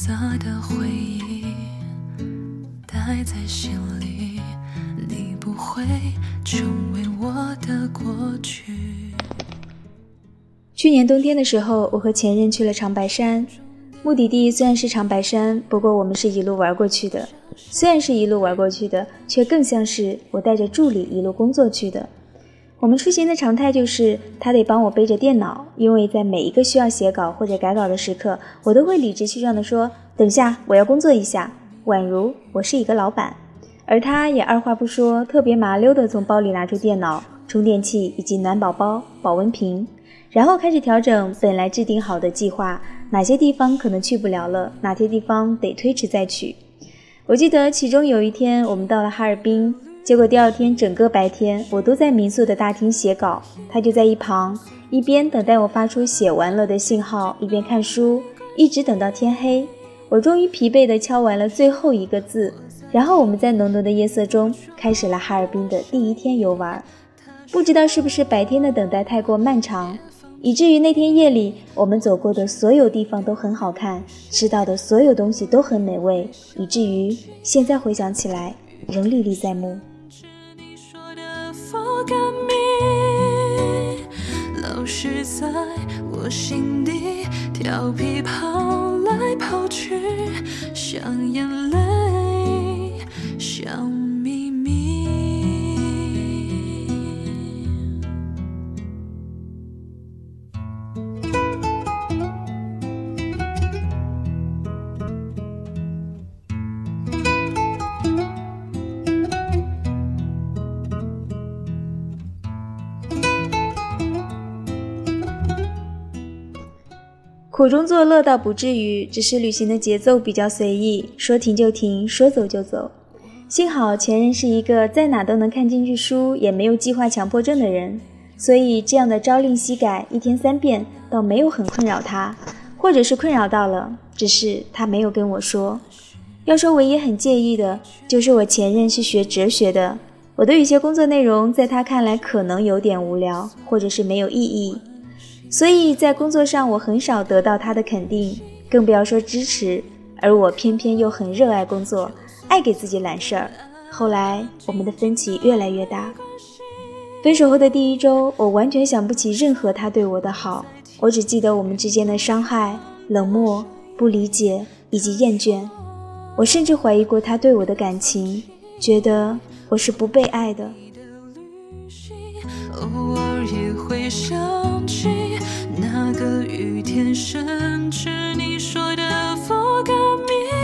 色的回忆带在心里，你不会成为我的过去。 去年冬天的时候，我和前任去了长白山，目的地虽然是长白山，不过我们是一路玩过去的。虽然是一路玩过去的，却更像是我带着助理一路工作去的。我们出行的常态就是他得帮我背着电脑，因为在每一个需要写稿或者改稿的时刻，我都会理直气壮地说等下我要工作一下，宛如我是一个老板。而他也二话不说，特别麻溜地从包里拿出电脑、充电器以及暖宝宝、保温瓶，然后开始调整本来制定好的计划，哪些地方可能去不了了，哪些地方得推迟再去。我记得其中有一天我们到了哈尔滨，结果第二天整个白天我都在民宿的大厅写稿，他就在一旁一边等待我发出写完了的信号，一边看书，一直等到天黑。我终于疲惫地敲完了最后一个字，然后我们在浓浓的夜色中开始了哈尔滨的第一天游玩。不知道是不是白天的等待太过漫长，以至于那天夜里我们走过的所有地方都很好看，吃到的所有东西都很美味，以至于现在回想起来仍历历在目。 老是在我心底调皮跑来跑去，像眼泪像秘密。 苦中作乐倒不至于，只是旅行的节奏比较随意，说停就停，说走就走。幸好前任是一个在哪都能看进去书，也没有计划强迫症的人，所以这样的朝令夕改一天3遍倒没有很困扰他，或者是困扰到了，只是他没有跟我说。要说唯一很介意的就是我前任是学哲学的，我的有些工作内容在他看来可能有点无聊，或者是没有意义，所以在工作上我很少得到他的肯定，更不要说支持，而我偏偏又很热爱工作，爱给自己揽事儿。后来我们的分歧越来越大，分手后的第1周，我完全想不起任何他对我的好，我只记得我们之间的伤害、冷漠、不理解以及厌倦。我甚至怀疑过他对我的感情，觉得我是不被爱的。 偶尔也会想起那个雨天，甚至你说的 forget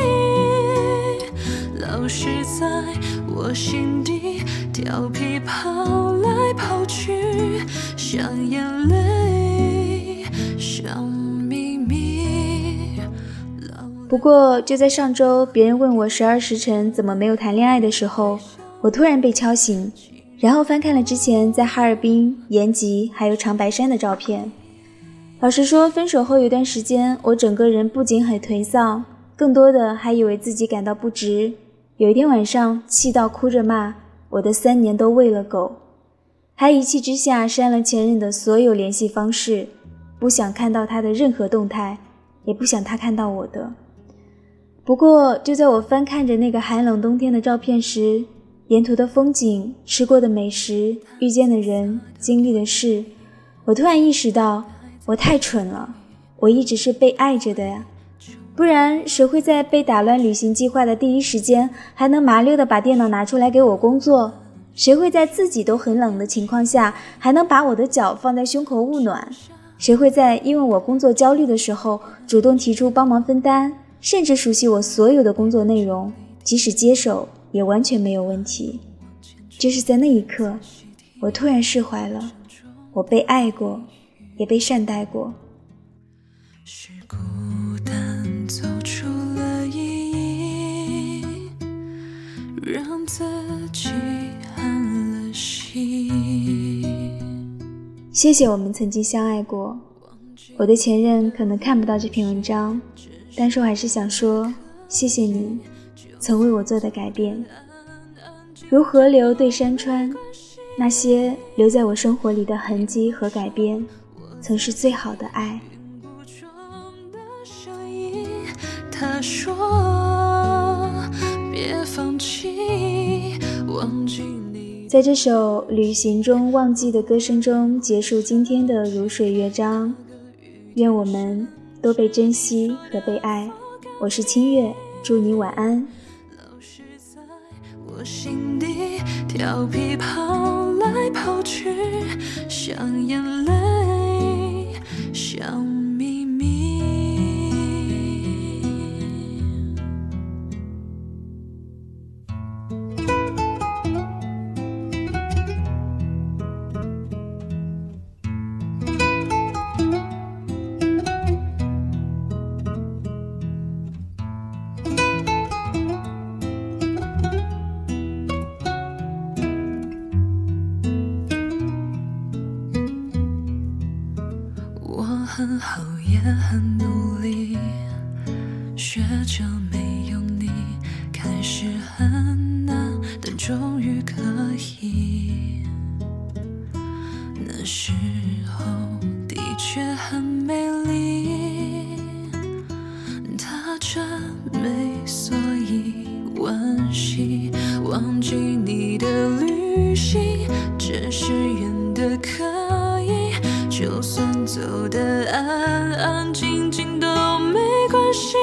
me， 老是在我心底调皮跑来跑去，像眼泪像秘密。 不过就在上周，别人问我12时辰怎么没有谈恋爱的时候，我突然被敲醒，然后翻看了之前在哈尔滨、延吉还有长白山的照片。老实说，分手后有段时间，我整个人不仅很颓丧，更多的还以为自己感到不值。有一天晚上，气到哭着骂我的3年都喂了狗，还一气之下删了前任的所有联系方式，不想看到他的任何动态，也不想他看到我的。不过就在我翻看着那个寒冷冬天的照片时，沿途的风景、吃过的美食、遇见的人、经历的事，我突然意识到我太蠢了，我一直是被爱着的呀，不然谁会在被打乱旅行计划的第一时间还能麻溜地把电脑拿出来给我工作？谁会在自己都很冷的情况下还能把我的脚放在胸口捂暖？谁会在因为我工作焦虑的时候主动提出帮忙分担，甚至熟悉我所有的工作内容，即使接手也完全没有问题？就是在那一刻，我突然释怀了，我被爱过，也被善待过。 是孤单走出了意义，让自己安了心。 谢谢我们曾经相爱过。我的前任可能看不到这篇文章，但是我还是想说，谢谢你曾为我做的改变。如河流对山川，那些留在我生活里的痕迹和改变，曾是最好的爱。 它他说别放弃，忘记你。 在这首旅行中忘记的歌声中结束今天的如水乐章，愿我们都被珍惜和被爱。我是清月，祝你晚安。 老是在我心底调皮跑来跑去，像眼泪像秘密。我很好也很努力，学着没有你开始很难，但终于可以。那时候的确很美丽，它真美，所以惋惜。忘记你的旅行，只是远的可以，就算走得安安静静都没关系。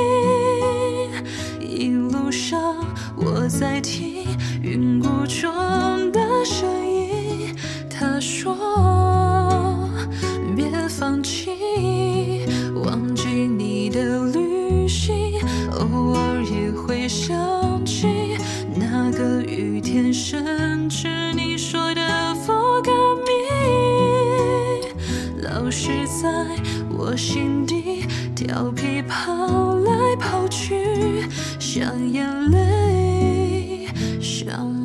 一路上我在听云雾中的声音，他说别放弃，忘记你的旅行，偶尔也会想起那个雨天，甚至你说的 forget me， 老是在我心底调皮跑来跑去，像眼泪像